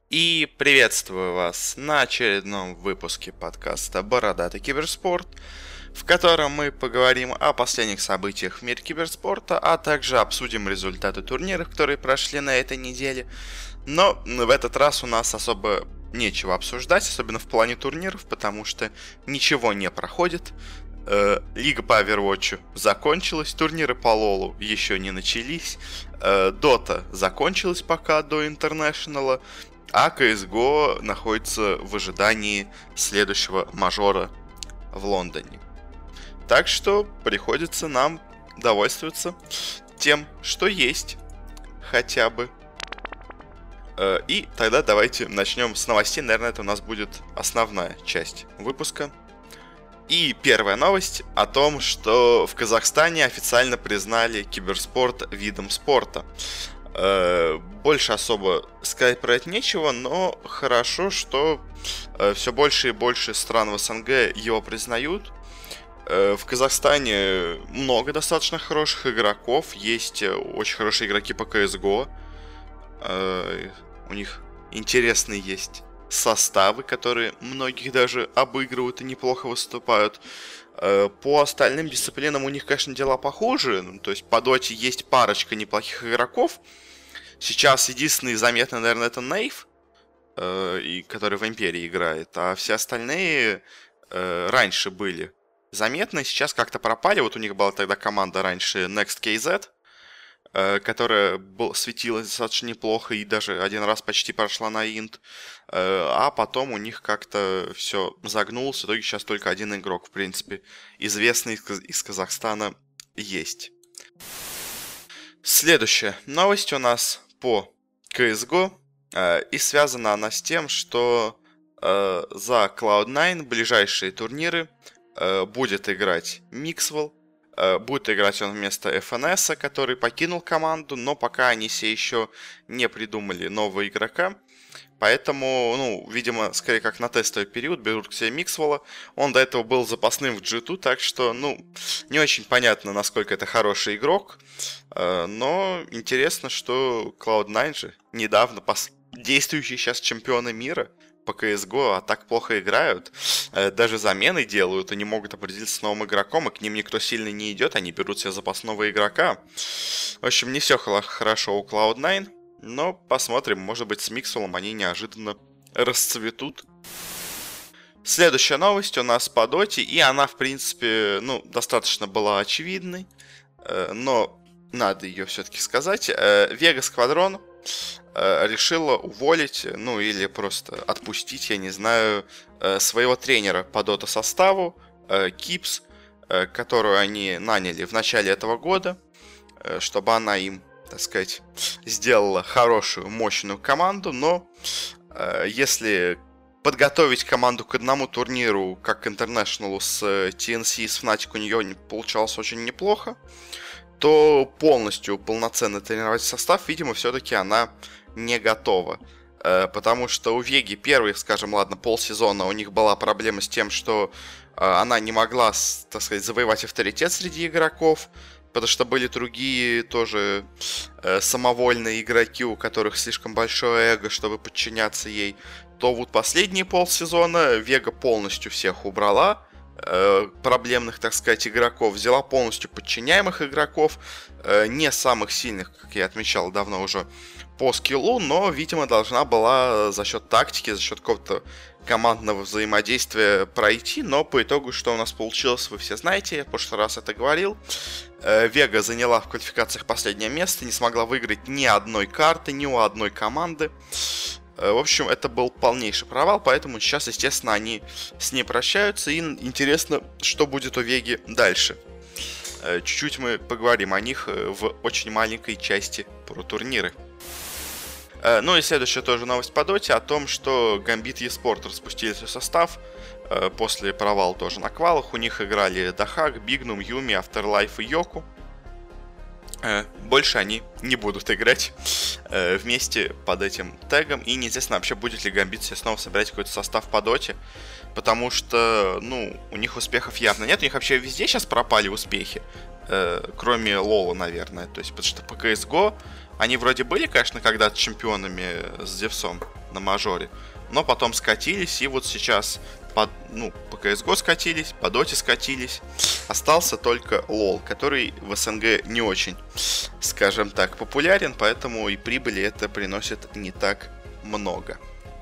И приветствую вас на очередном выпуске подкаста «Бородатый киберспорт», в котором мы поговорим о последних событиях в мире киберспорта, а также обсудим результаты турниров, которые прошли на этой неделе. Но в этот раз у нас особо нечего обсуждать, особенно в плане турниров, потому что ничего не проходит. Лига по Overwatch закончилась, турниры по Лолу еще не начались, Дота закончилась пока до Интернешнала, а CSGO находится в ожидании следующего мажора в Лондоне. Так что приходится нам довольствоваться тем, что есть, хотя бы. И тогда давайте начнем с новостей. Наверное, это у нас будет основная часть выпуска. И первая новость о том, что в Казахстане официально признали киберспорт видом спорта. Больше особо сказать про это нечего, но хорошо, что все больше и больше стран в СНГ его признают. В Казахстане много достаточно хороших игроков, есть очень хорошие игроки по CSGO. У них интересные есть составы, которые многих даже обыгрывают и неплохо выступают. По остальным дисциплинам у них, конечно, дела похуже. То есть по доте есть парочка неплохих игроков. Сейчас единственный заметный, наверное, это Нейв, который в Империи играет. А все остальные раньше были заметны, сейчас как-то пропали. Вот у них была тогда команда раньше Next KZ, которая светилась достаточно неплохо и даже один раз почти прошла на инт. А потом у них как-то все загнулось. В итоге сейчас только один игрок, в принципе, известный из Казахстана есть. Следующая новость у нас по CSGO. И связана она с тем, что за Cloud9 ближайшие турниры будет играть Mixwell. Будет играть он вместо FNS, который покинул команду, но пока они все еще не придумали нового игрока. Поэтому, видимо, скорее как на тестовый период берут к себе Миксвелла. Он до этого был запасным в G2, так что, не очень понятно, насколько это хороший игрок. Но интересно, что Cloud9 же недавно действующие сейчас чемпионы мира по CSGO, а так плохо играют, даже замены делают и не могут определиться с новым игроком, и к ним никто сильно не идет, они берут себе запасного игрока. В общем, не все хорошо у Cloud9, но посмотрим, может быть, с Миксвеллом они неожиданно расцветут. Следующая новость у нас по доте, и она, в принципе, достаточно была очевидной, но надо ее все-таки сказать. Vega Squadron решила уволить, или просто отпустить, я не знаю, своего тренера по дота-составу, Кипс, которую они наняли в начале этого года, чтобы она им, так сказать, сделала хорошую, мощную команду, но если подготовить команду к одному турниру, как к Интернешналу с TNC и с Fnatic у нее получалось очень неплохо, то полностью полноценно тренировать состав, видимо, все-таки она не готова. Потому что у Веги первые, скажем, полсезона у них была проблема с тем, что она не могла, так сказать, завоевать авторитет среди игроков, потому что были другие тоже самовольные игроки, у которых слишком большое эго, чтобы подчиняться ей. То вот последние полсезона Вега полностью всех убрала, проблемных, так сказать, игроков, взяла полностью подчиняемых игроков, не самых сильных, как я отмечал давно уже, по скиллу, но, видимо, должна была за счет тактики, за счет какого-то командного взаимодействия пройти, но по итогу, что у нас получилось, вы все знаете, я в прошлый раз это говорил. Вега заняла в квалификациях последнее место, не смогла выиграть ни одной карты, ни у одной команды. В общем, это был полнейший провал, поэтому сейчас, естественно, они с ней прощаются, и интересно, что будет у Веги дальше. Чуть-чуть мы поговорим о них в очень маленькой части про турниры. И следующая тоже новость по доте о том, что Gambit eSport распустили свой состав после провала тоже на квалах. У них играли Дахак, Бигнум, Юми, Afterlife и Йоку. Больше они не будут играть вместе под этим тегом. И неизвестно вообще, будет ли Gambit себе снова собирать какой-то состав по доте. Потому что, у них успехов явно нет. У них вообще везде сейчас пропали успехи. Кроме Лола, наверное. То есть, потому что по CSGO они вроде были, конечно, когда-то чемпионами с Девсом. на мажоре. Но потом скатились, и вот сейчас по CSGO скатились, по Доте скатились. Остался только LoL, который в СНГ не очень, скажем так, популярен, поэтому и прибыли это приносит не так много.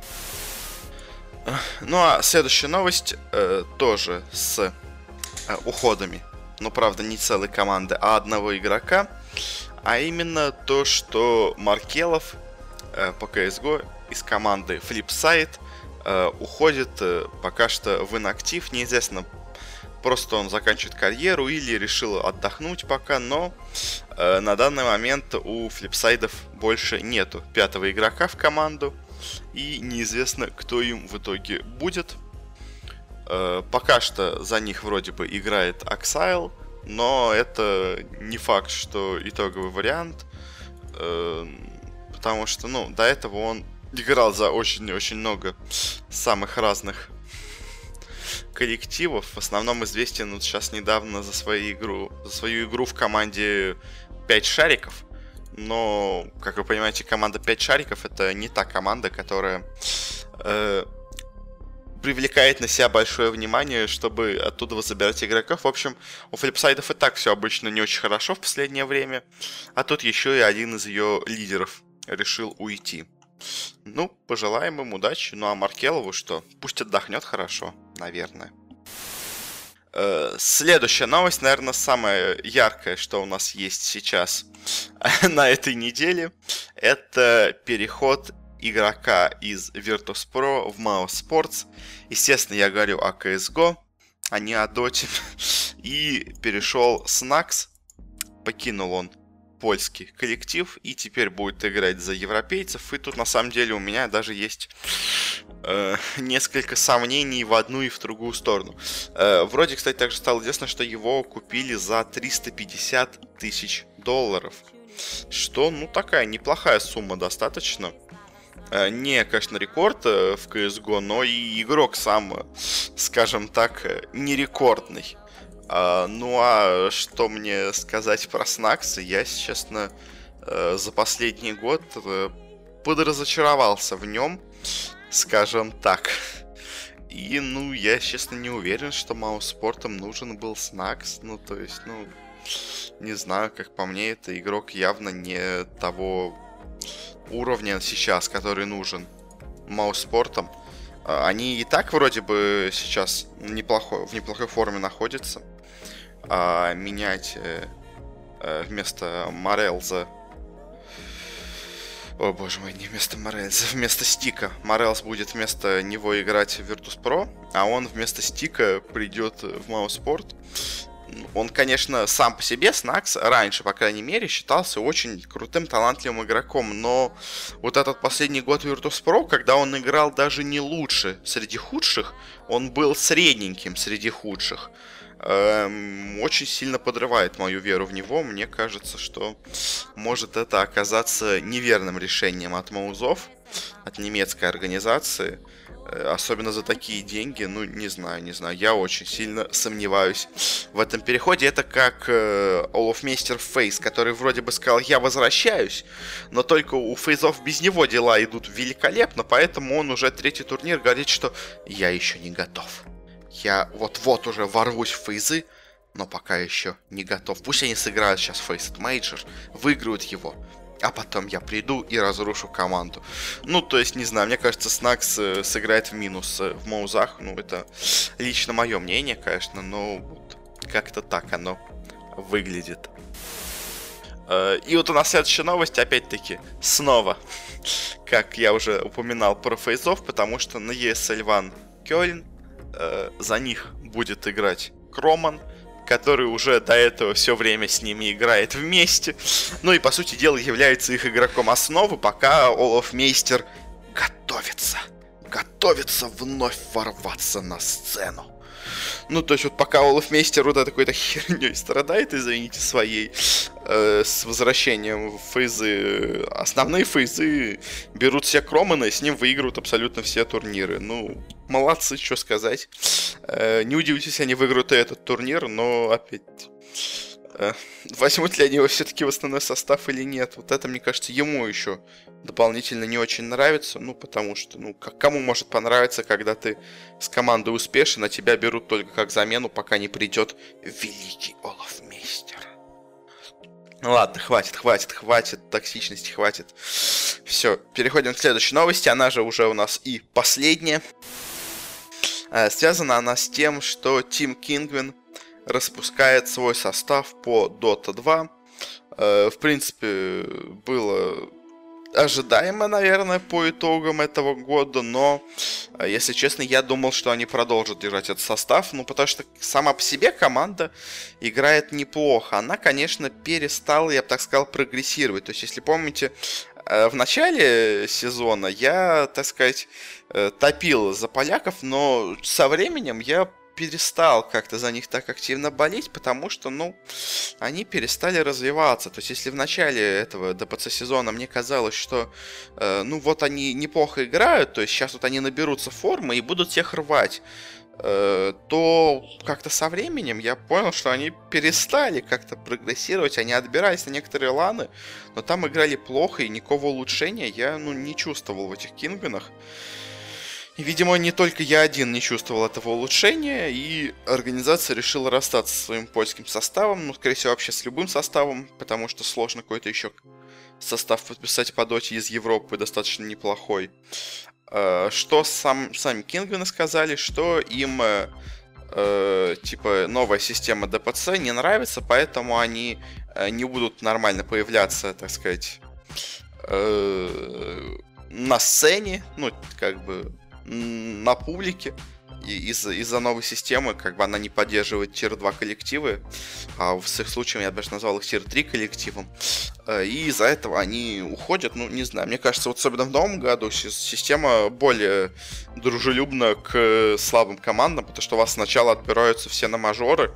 Ну а следующая новость тоже с уходами. Но правда не целой команды, а одного игрока. А именно то, что Маркелов по CSGO из команды Flipside уходит пока что в инактив. Неизвестно, просто он заканчивает карьеру или решил отдохнуть пока. Но на данный момент у Flipside'ов больше нету пятого игрока в команду. И неизвестно, кто им в итоге будет. Пока что за них вроде бы играет Axile, но это не факт, что итоговый вариант. Потому что, до этого он играл за очень-очень много самых разных коллективов. В основном известен сейчас недавно за свою игру в команде 5 шариков. Но, как вы понимаете, команда 5 шариков это не та команда, которая привлекает на себя большое внимание, чтобы оттуда забирать игроков. В общем, у Flipside'ов и так все обычно не очень хорошо в последнее время. А тут еще и один из ее лидеров решил уйти. Пожелаем им удачи. Ну а Маркелову что? Пусть отдохнет хорошо, наверное. Следующая новость, наверное, самая яркая, что у нас есть сейчас на этой неделе. Это переход игрока из Virtus.pro в MAO Sports. Естественно, я говорю о CSGO, а не о Dota. И перешел Snax. Покинул он польский коллектив и теперь будет играть за европейцев. И тут на самом деле у меня даже есть несколько сомнений в одну и в другую сторону. Вроде, кстати, также стало известно, что его купили за 350 тысяч долларов. Что, такая неплохая сумма достаточно. Не, конечно, рекорд в CSGO, но и игрок сам, скажем так, не рекордный. А что мне сказать про Snax? Я, если честно, за последний год подразочаровался в нем, скажем так. И, я, честно, не уверен, что MAO Спортом нужен был Snax. Не знаю, как по мне, это игрок явно не того уровня сейчас, который нужен MAO Спортом. Они и так вроде бы сейчас в неплохой форме находятся. А менять вместо Морелза... О боже мой, не вместо Морелза, вместо Стика. Морелз будет вместо него играть в Virtus.pro, а он вместо Стика придет в MAO Sport. Он, конечно, сам по себе, Snax, раньше, по крайней мере, считался очень крутым, талантливым игроком. Но вот этот последний год Virtus.pro, когда он играл даже не лучше среди худших, он был средненьким среди худших. Очень сильно подрывает мою веру в него. Мне кажется, что может это оказаться неверным решением от Маузов, от немецкой организации. Особенно за такие деньги, не знаю. Я очень сильно сомневаюсь в этом переходе. Это как Олафмейстер Фейс, который вроде бы сказал: я возвращаюсь, но только у Фейзов без него дела идут великолепно, поэтому он уже третий турнир говорит, что я еще не готов. Я вот-вот уже ворвусь в Фейзы, но пока еще не готов. Пусть они сыграют сейчас Faceit Major, выиграют его, а потом я приду и разрушу команду. То есть, не знаю, мне кажется, Snax сыграет в минус в Маузах. Это лично мое мнение, конечно, но вот как-то так оно выглядит. И вот у нас следующая новость, опять-таки, снова, как я уже упоминал про Фейзов, потому что на ESL One Кёльн за них будет играть Кроман, который уже до этого все время с ними играет вместе. И, по сути дела, является их игроком основы, пока Олафмейстер готовится вновь ворваться на сцену. То есть, вот пока Олафмейстер вот какой-то херней страдает, извините, своей, с возвращением в фейзы, основные фейзы берут все Кромана и с ним выигрывают абсолютно все турниры. Молодцы, что сказать. Не удивитесь, если они выиграют и этот турнир, но опять... Возьмут ли они его все-таки в основной состав или нет? Вот это, мне кажется, ему еще дополнительно не очень нравится. Ну, потому что, ну, кому может понравиться, когда ты с командой успешен, а тебя берут только как замену, пока не придет великий Олаф Мейстер. Ну ладно, хватит токсичности, хватит. Все, переходим к следующей новости. Она же уже у нас и последняя. Связана она с тем, что Team Kinguin распускает свой состав по Dota 2. В принципе, было ожидаемо, наверное, по итогам этого года, но, если честно, я думал, что они продолжат держать этот состав, ну, потому что сама по себе команда играет неплохо. Она, конечно, перестала, я бы так сказал, прогрессировать. То есть, если помните, в начале сезона я, так сказать, топил за поляков, но со временем я перестал как-то за них так активно болеть, потому что, ну, они перестали развиваться. То есть, если в начале этого ДПЦ сезона мне казалось, что, ну, вот они неплохо играют, то есть сейчас вот они наберутся формы и будут всех рвать, то как-то со временем я понял, что они перестали как-то прогрессировать, они отбирались на некоторые ланы, но там играли плохо, и никакого улучшения я, ну, не чувствовал в этих кингвинах. И, видимо, не только я один не чувствовал этого улучшения, и организация решила расстаться со своим польским составом, ну, скорее всего, вообще с любым составом, потому что сложно какой-то еще состав подписать по доте из Европы, достаточно неплохой. Что сами Кингвины сказали, что им, типа, новая система ДПЦ не нравится, поэтому они не будут нормально появляться, так сказать, на сцене, ну, как бы, на публике, из-за новой системы, как бы она не поддерживает тир-2 коллективы, а в их случае я бы даже назвал их тир-3 коллективом, и из-за этого они уходят, ну, не знаю, мне кажется, вот особенно в новом году система более дружелюбна к слабым командам, потому что у вас сначала отбираются все на мажоры,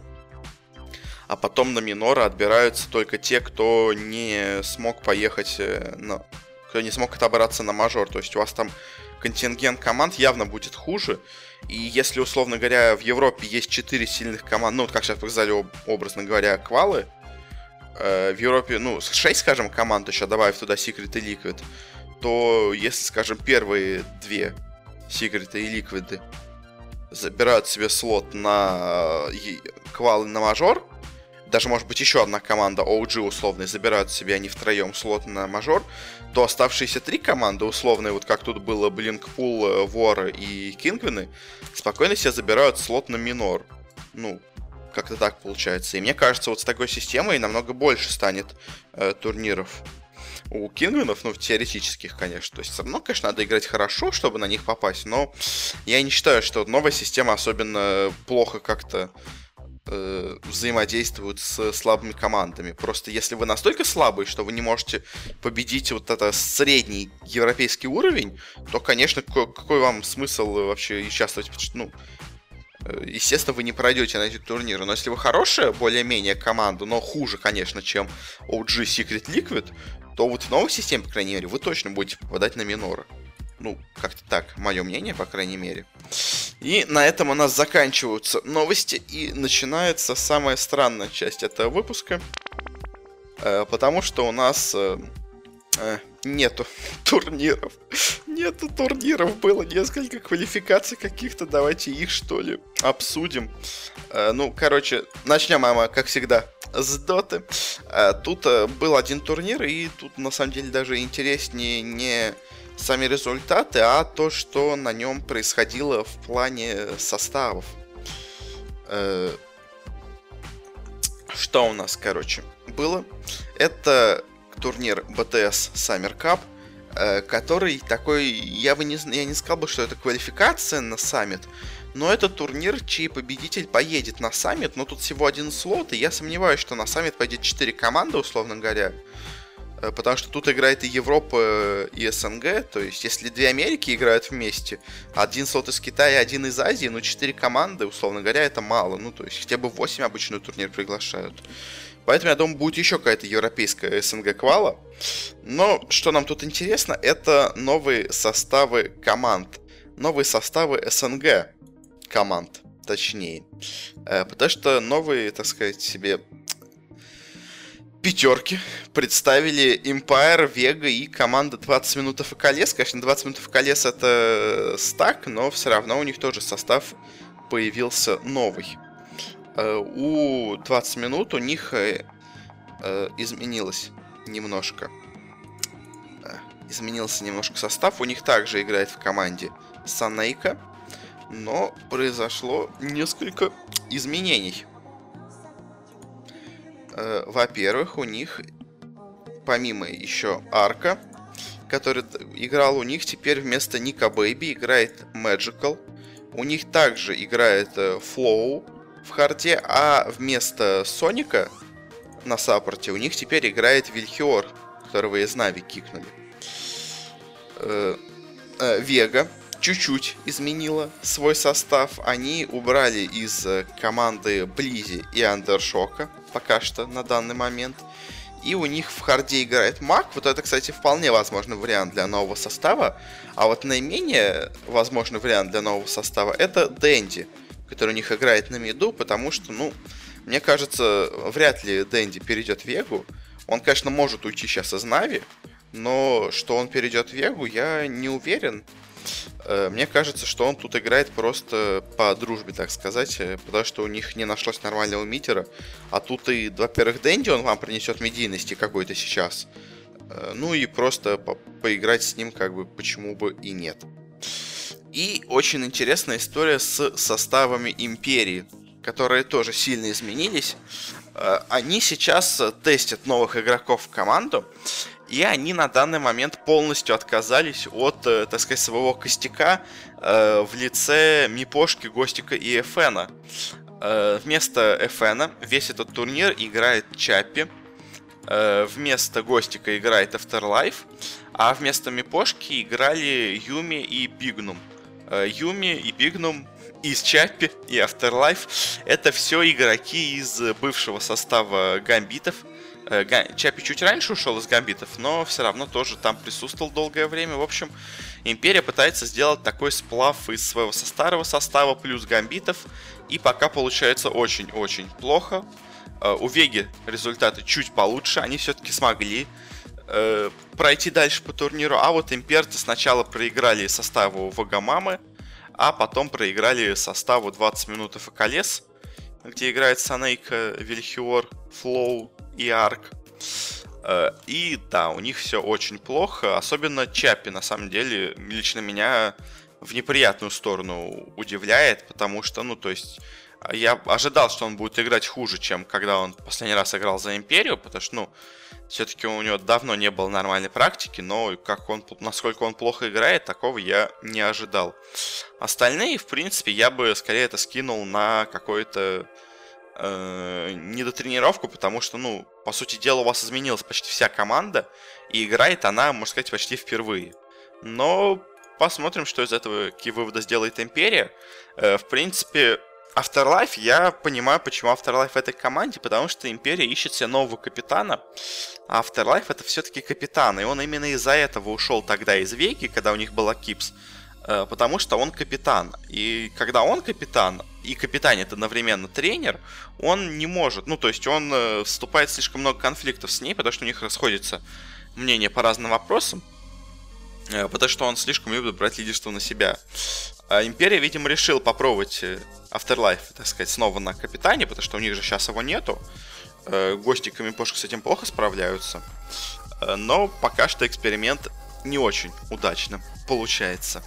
а потом на миноры отбираются только те, кто не смог поехать, кто не смог отобраться на мажор, то есть у вас там контингент команд явно будет хуже. И если, условно говоря, в Европе есть 4 сильных команды, ну, как сейчас показали, образно говоря, квалы, в Европе, ну, 6, скажем, команд, еще добавив туда Secret и Liquid, то если, скажем, первые 2 Secret и Liquid забирают себе слот на квалы на мажор, даже, может быть, еще одна команда OG условная забирают себе они втроем слот на мажор, то оставшиеся 3 команды условные, вот как тут было Блинкпул, Вора и Кингвины, спокойно себе забирают слот на минор. Ну, как-то так получается. И мне кажется, вот с такой системой намного больше станет турниров у Кингвинов, ну, теоретических, конечно. То есть, все равно, конечно, надо играть хорошо, чтобы на них попасть, но я не считаю, что новая система особенно плохо как-то взаимодействуют с слабыми командами. Просто если вы настолько слабый, что вы не можете победить вот это средний европейский уровень, то, конечно, какой вам смысл вообще участвовать? Потому что, ну, естественно, вы не пройдете на эти турниры. Но если вы хорошая, более-менее команда, но хуже, конечно, чем OG Secret Liquid, то вот в новой системе, по крайней мере, вы точно будете попадать на миноры. Ну, как-то так, мое мнение, по крайней мере. И на этом у нас заканчиваются новости, и начинается самая странная часть этого выпуска. Потому что у нас нету турниров. Нету турниров, было несколько квалификаций каких-то, давайте их, что ли, обсудим. Ну, короче, начнем мы, как всегда, с доты. Тут был один турнир, и тут, на самом деле, даже интереснее не сами результаты, а то, что на нем происходило в плане составов. Что у нас, короче, было? Это турнир BTS Summer Cup, который такой, я не сказал бы, что это квалификация на саммит, но это турнир, чей победитель поедет на саммит, но тут всего один слот, и я сомневаюсь, что на саммит пойдет 4 команды, условно говоря. Потому что тут играет и Европа, и СНГ. То есть, если 2 Америки играют вместе, один слот из Китая, один из Азии, ну, 4 команды, условно говоря, это мало. Ну, то есть, хотя бы 8 обычно турнир приглашают. Поэтому, я думаю, будет еще какая-то европейская СНГ квала. Но, что нам тут интересно, это новые составы команд. Новые составы СНГ команд, точнее. Потому что новые, так сказать, себе пятерки представили Empire, Vega и команда 20 минут ФКЛС. Конечно, 20 минут ФКЛС это стак, но все равно у них тоже состав появился новый. У 20 минут у них изменился немножко состав. У них также играет в команде Санейка, но произошло несколько изменений. Во-первых, у них, помимо еще Арка, который играл у них, теперь вместо Ника Бэйби играет Magical. У них также играет Flow в харде, а вместо Соника на саппорте у них теперь играет Вильхиор, которого из Нави кикнули. Вега чуть-чуть изменила свой состав. Они убрали из команды Близи и Андершока пока что на данный момент. И у них в харде играет Маг. Вот это, кстати, вполне возможный вариант для нового состава. А вот наименее возможный вариант для нового состава это Дэнди, который у них играет на миду, потому что, ну, мне кажется, вряд ли Дэнди перейдет в Вегу. Он, конечно, может уйти сейчас из Нави, но что он перейдет в Вегу, я не уверен. Мне кажется, что он тут играет просто по дружбе, так сказать, потому что у них не нашлось нормального митера. А тут и, во-первых, Дэнди он вам принесет медийности какой-то сейчас. Ну и просто поиграть с ним, как бы, почему бы и нет. И очень интересная история с составами Империи, которые тоже сильно изменились. Они сейчас тестят новых игроков в команду. И они на данный момент полностью отказались от, так сказать, своего костяка в лице Мипошки, Гостика и Эфена. Вместо Эфена весь этот турнир играет Чаппи. Вместо Гостика играет Afterlife. А вместо Мипошки играли Юми и Бигнум. Юми и Бигнум из Чаппи и Afterlife это все игроки из бывшего состава Гамбитов. Чаппи чуть раньше ушел из Гамбитов, но все равно тоже там присутствовал долгое время. В общем, Империя пытается сделать такой сплав из своего старого состава плюс Гамбитов. И пока получается очень-очень плохо. У Веги результаты чуть получше. Они все-таки смогли пройти дальше по турниру. А вот имперцы сначала проиграли составу Вагамамы, а потом проиграли составу 20 минут ФКЛС, где играет Санейка, Вильхиор, Флоу и Арк. И да, у них все очень плохо. Особенно Чаппи, на самом деле, лично меня в неприятную сторону удивляет, потому что, ну, то есть, я ожидал, что он будет играть хуже, чем когда он последний раз играл за Империю, потому что, ну, все-таки у него давно не было нормальной практики, но насколько он плохо играет, такого я не ожидал. Остальные, в принципе, я бы скорее это скинул на какой-то недотренировку, потому что, ну, по сути дела, у вас изменилась почти вся команда, и играет она, можно сказать, почти впервые. Но посмотрим, что из этого, какие выводы сделает Империя. В принципе, Afterlife, я понимаю, почему Afterlife в этой команде, потому что Империя ищет себе нового капитана, а Afterlife это все-таки капитан, и он именно из-за этого ушел тогда из Веги, когда у них была Кипс, потому что он капитан, и когда он капитан, и капитанит одновременно тренер, он не может, ну то есть он вступает в слишком много конфликтов с ней, потому что у них расходятся мнения по разным вопросам, потому что он слишком любит брать лидерство на себя. А Империя, видимо, решил попробовать Afterlife, так сказать, снова на капитане, потому что у них же сейчас его нету. Гостик и Мипошка с этим плохо справляются. Но пока что эксперимент не очень удачно получается.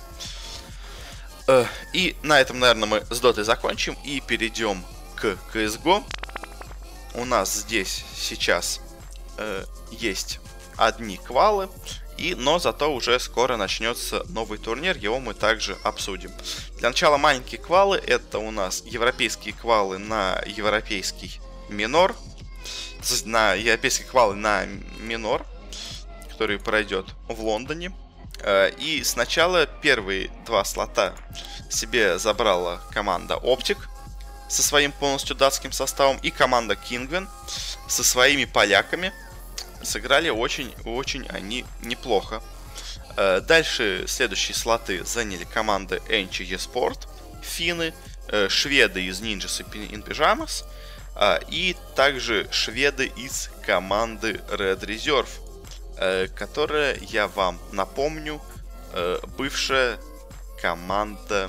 И на этом, наверное, мы с Дотой закончим и перейдем к CSGO. У нас здесь сейчас есть одни квалы. Но зато уже скоро начнется новый турнир, его мы также обсудим. Для начала маленькие квалы, это у нас европейские квалы на европейский минор. На европейские квалы на минор, который пройдет в Лондоне. И сначала первые два слота себе забрала команда Optic со своим полностью датским составом и команда Kingwin со своими поляками. Сыграли очень они неплохо. Дальше следующие слоты заняли команды Enchi eSport, финны, шведы из Ninjas in Pyjamas, И также шведы из команды Red Reserve, которая, я вам напомню, бывшая команда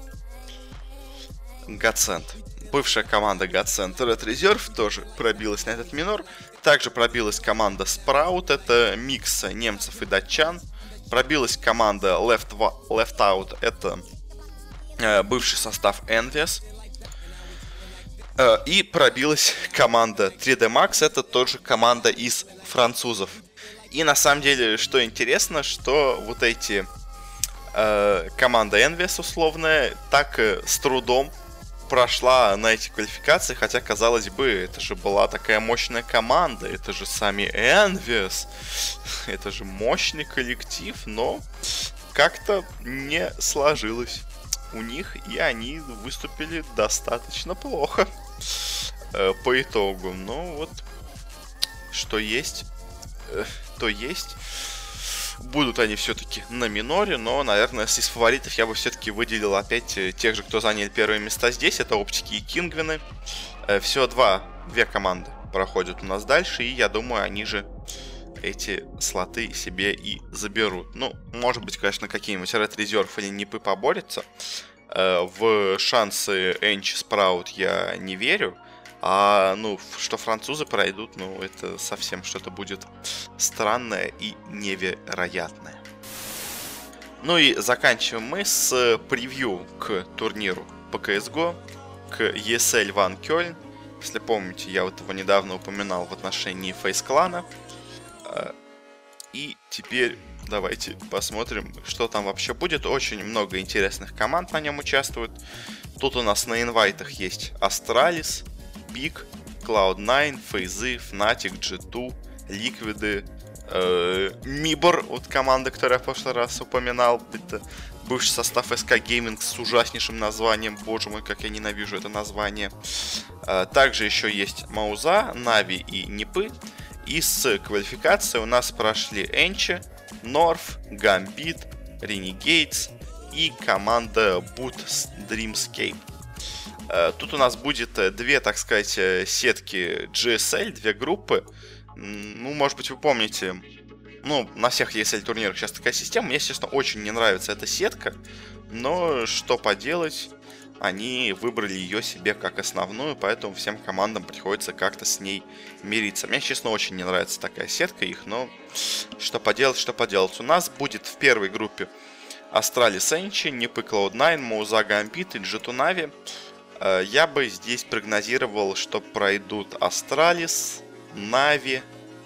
Godsend. Бывшая команда Godsend Red Reserve тоже пробилась на этот минор. Также пробилась команда Sprout, это микс немцев и датчан. Пробилась команда Left Out, это бывший состав Envious. И пробилась команда 3D Max, это тоже команда из французов. И на самом деле, что интересно, что вот эти команда Envious условная так с трудом прошла на эти квалификации, хотя, казалось бы, это же была такая мощная команда, это же сами Envious, это же мощный коллектив, но как-то не сложилось у них, и они выступили достаточно плохо по итогу. Ну вот, что есть, то есть. Будут они все-таки на миноре, но, наверное, из фаворитов я бы все-таки выделил опять тех же, кто заняли первые места здесь. Это Оптики и Кингвины. Всего две команды проходят у нас дальше, и я думаю, они же эти слоты себе и заберут. Ну, может быть, конечно, какие-нибудь Red Reserve или Нипы поборются. В шансы Энчи Спраут я не верю. Ну, что французы пройдут, ну, это совсем что-то будет странное и невероятное. Ну и заканчиваем мы с превью к турниру по CSGO, к ESL One Köln. Если помните, я вот его недавно упоминал в отношении Фейс Клана. И теперь давайте посмотрим, что там вообще будет. Очень много интересных команд на нем участвует. Тут у нас на инвайтах есть Astralis, Big, Cloud9, FaZe, Fnatic, G2, Liquid, Mibor, вот команда, которую я в прошлый раз упоминал. Это бывший состав SK Gaming с ужаснейшим названием. Боже мой, как я ненавижу это название. Также еще есть Мауза, Нави и Нипы. Из квалификации у нас прошли Энчи, Норф, Гамбит, Renegades и команда Boot Dreamscape. Тут у нас будет две, так сказать, сетки GSL, две группы. Ну, может быть, вы помните, ну, на всех ESL турнирах сейчас такая система. Мне, естественно, очень не нравится эта сетка, но что поделать, они выбрали ее себе как основную, поэтому всем командам приходится как-то с ней мириться. Мне, честно, очень не нравится такая сетка их, но что поделать, что поделать. У нас будет в первой группе Astralis Энчи, Нипы Cloud9, Мауза Гамбит и G2 Нави. Я бы здесь прогнозировал, что пройдут Astralis, Нави.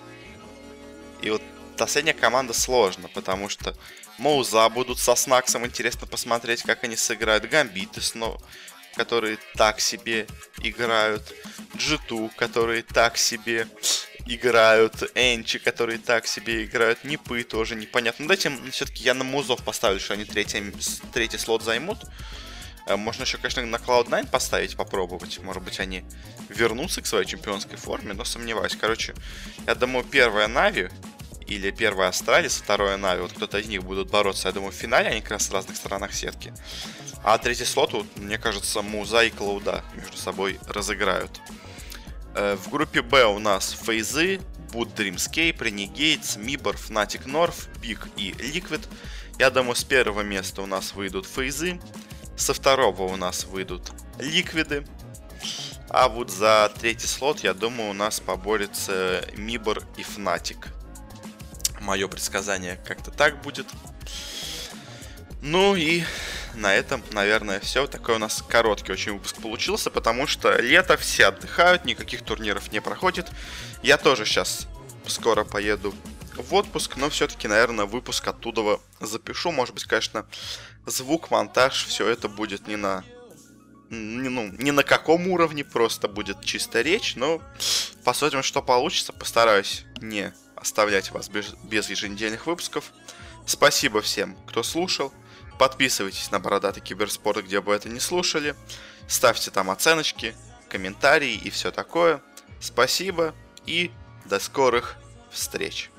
И вот последняя команда сложно, потому что Мауза будут со Снаксом. Интересно посмотреть, как они сыграют. Гамбиты снова, которые так себе играют. G2, которые так себе играют. Энчи, которые так себе играют. Нипы тоже непонятно. Дайте все-таки я на Маузов поставлю, что они третий слот займут. Можно еще, конечно, на Cloud9 поставить, попробовать. Может быть, они вернутся к своей чемпионской форме, но сомневаюсь. Короче, я думаю, первая Нави или первая Astralis, вторая Нави, вот кто-то из них будут бороться, я думаю, в финале. Они как раз в разных сторонах сетки. А третий слот, вот, мне кажется, Мауза и Клауда между собой разыграют. В группе Б у нас FaZe, Boot Dreamscape, Renegades, Mibor, Fnatic North, Big и Liquid. Я думаю, с первого места у нас выйдут FaZe. Со второго у нас выйдут Ликвиды. А вот за третий слот, я думаю, у нас поборются Mibor и Fnatic. Мое предсказание как-то так будет. Ну и на этом, наверное, все. Такой у нас короткий очень выпуск получился, потому что лето, все отдыхают, никаких турниров не проходит. Я тоже сейчас скоро поеду в отпуск, но все-таки, наверное, выпуск оттуда запишу. Может быть, конечно, звук, монтаж, все это будет не на каком уровне, просто будет чисто речь, но посмотрим, что получится. Постараюсь не оставлять вас без еженедельных выпусков. Спасибо всем, кто слушал. Подписывайтесь на Бородатый Киберспорт, где бы это ни слушали. Ставьте там оценочки, комментарии и все такое. Спасибо и до скорых встреч.